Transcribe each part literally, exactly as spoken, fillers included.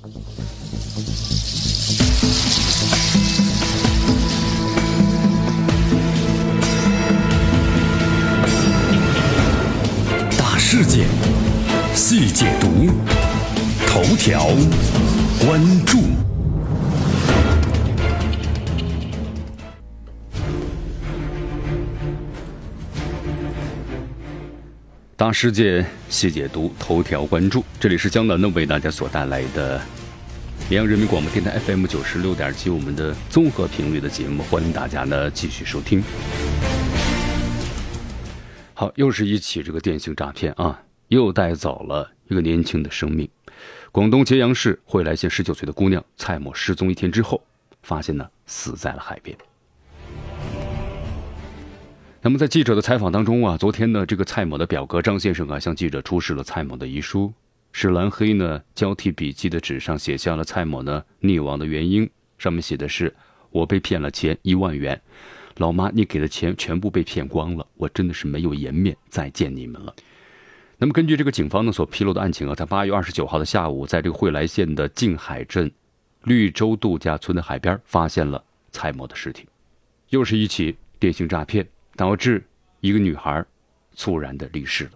大事件，细解读，头条关注。大事件细解读，头条关注。这里是江南呢为大家所带来的绵阳人民广播电台 F M 九十六点七我们的综合频率的节目，欢迎大家呢继续收听。好，又是一起这个电信诈骗啊，又带走了一个年轻的生命。广东揭阳市惠来县十九岁的姑娘蔡某失踪一天之后，发现呢死在了海边。那么在记者的采访当中啊，昨天呢，这个蔡某的表哥张先生啊，向记者出示了蔡某的遗书，是蓝黑呢交替笔记的纸上写下了蔡某呢溺亡的原因，上面写的是：我被骗了钱一万元，老妈你给的钱全部被骗光了，我真的是没有颜面再见你们了。那么根据这个警方呢所披露的案情啊，在八月二十九号的下午，在这个惠来县的静海镇绿洲度假村的海边发现了蔡某的尸体，又是一起电信诈骗，导致一个女孩猝然的离世了。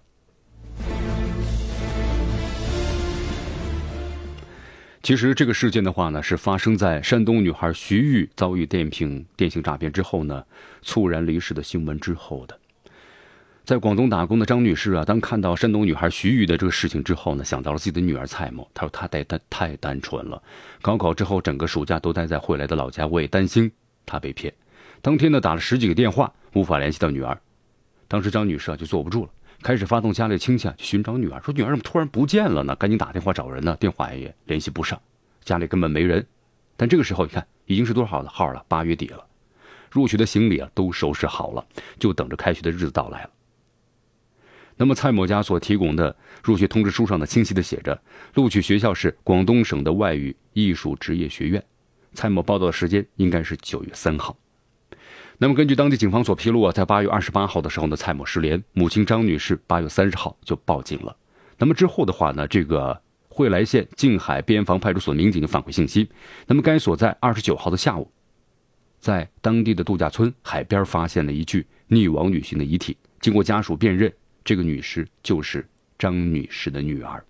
其实这个事件的话呢，是发生在山东女孩徐玉遭遇电信电信诈骗之后呢，猝然离世的新闻之后的。在广东打工的张女士啊，当看到山东女孩徐玉的这个事情之后呢，想到了自己的女儿蔡某。她说她太单太单纯了，高考之后整个暑假都待在惠来的老家，我也担心她被骗。当天呢打了十几个电话，无法联系到女儿。当时张女士啊就坐不住了，开始发动家里亲戚啊去寻找女儿，说女儿怎么突然不见了呢？赶紧打电话找人呢，电话也联系不上，家里根本没人。但这个时候你看已经是多少的号了？八月底了，入学的行李啊都收拾好了，就等着开学的日子到来了。那么蔡某家所提供的入学通知书上呢，清晰的写着录取学校是广东省的外语艺术职业学院，蔡某报到的时间应该是九月三号。那么根据当地警方所披露啊，在八月二十八号的时候呢，蔡某失联，母亲张女士八月三十号就报警了。那么之后的话呢，这个惠来县静海边防派出所民警就反馈信息，那么该所在二十九号的下午，在当地的度假村海边发现了一具溺亡女性的遗体，经过家属辨认，这个女尸就是张女士的女儿。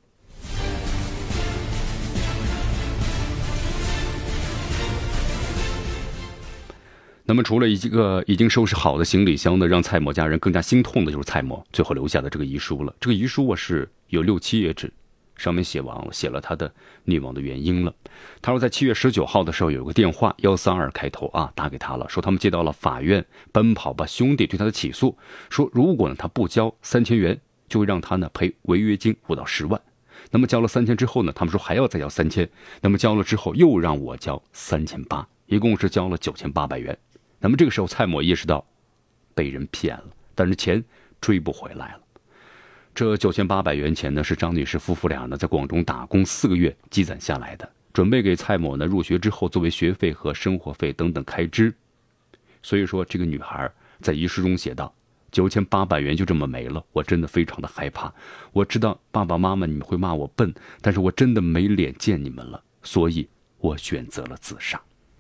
那么除了一个已经收拾好的行李箱呢，让蔡某家人更加心痛的就是蔡某最后留下的这个遗书了。这个遗书啊是有六七页纸，上面写完了写了他的溺亡的原因了。他说在七月十九号的时候有个电话一三二开头啊打给他了，说他们接到了法院奔跑吧兄弟对他的起诉，说如果呢他不交三千元，就会让他呢赔违约金五到十万。那么交了三千之后呢，他们说还要再交三千，那么交了之后又让我交三千八，一共是交了九千八百元。那么这个时候蔡某意识到被人骗了，但是钱追不回来了。这九千八百元钱呢，是张女士夫妇俩呢在广东打工四个月积攒下来的，准备给蔡某呢入学之后作为学费和生活费等等开支。所以说这个女孩在遗书中写道：九千八百元就这么没了，我真的非常的害怕。我知道爸爸妈妈你们会骂我笨，但是我真的没脸见你们了，所以我选择了自杀。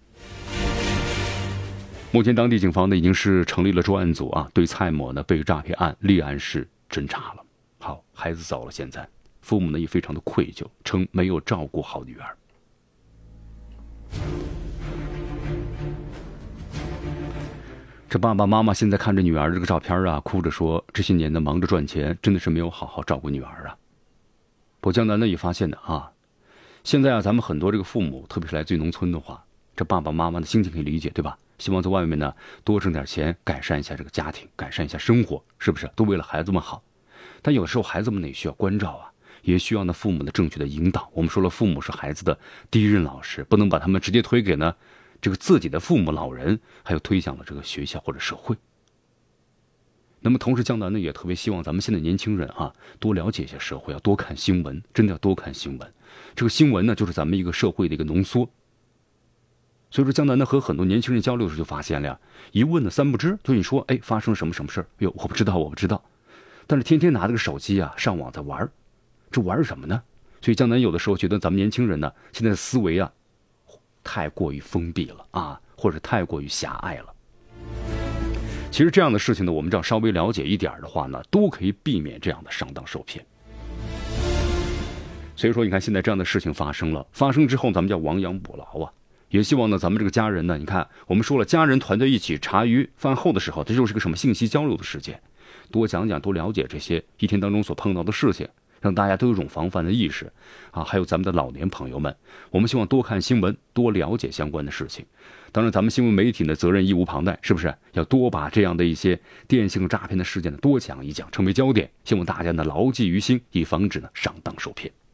目前当地警方呢已经是成立了专案组啊，对蔡某呢被诈骗案立案式侦查了。好，孩子走了，现在父母呢也非常的愧疚，称没有照顾好女儿。这爸爸妈妈现在看着女儿这个照片啊，哭着说这些年呢忙着赚钱，真的是没有好好照顾女儿啊。不过江南呢也发现的啊，现在啊咱们很多这个父母，特别是来自于农村的话，这爸爸妈妈的心情可以理解，对吧？希望在外面呢多挣点钱，改善一下这个家庭，改善一下生活，是不是都为了孩子们好？但有时候孩子们呢也需要关照啊，也需要呢父母的正确的引导。我们说了，父母是孩子的第一任老师，不能把他们直接推给呢这个自己的父母老人，还有推向了这个学校或者社会。那么同时江南呢也特别希望咱们现在年轻人啊多了解一些社会，要多看新闻，真的要多看新闻。这个新闻呢就是咱们一个社会的一个浓缩。所以说江南呢和很多年轻人交流的时候就发现了呀，一问呢三不知，就你说哎发生了什么什么事儿，哟我不知道我不知道，但是天天拿这个手机啊上网在玩，这玩什么呢？ 所以江南有的时候觉得咱们年轻人呢，现在的思维啊太过于封闭了啊，或者太过于狭隘了。其实这样的事情呢，我们只要稍微了解一点的话呢，都可以避免这样的上当受骗。所以说你看现在这样的事情发生了，发生之后咱们叫亡羊补牢啊。也希望呢咱们这个家人呢，你看我们说了，家人团队一起茶余饭后的时候，这就是个什么信息交流的时间，多讲讲多了解这些一天当中所碰到的事情，让大家都有一种防范的意识啊。还有咱们的老年朋友们，我们希望多看新闻，多了解相关的事情。当然咱们新闻媒体的责任义无旁贷，是不是要多把这样的一些电信诈骗的事件呢多讲一讲，成为焦点，希望大家呢牢记于心，以防止呢上当受骗。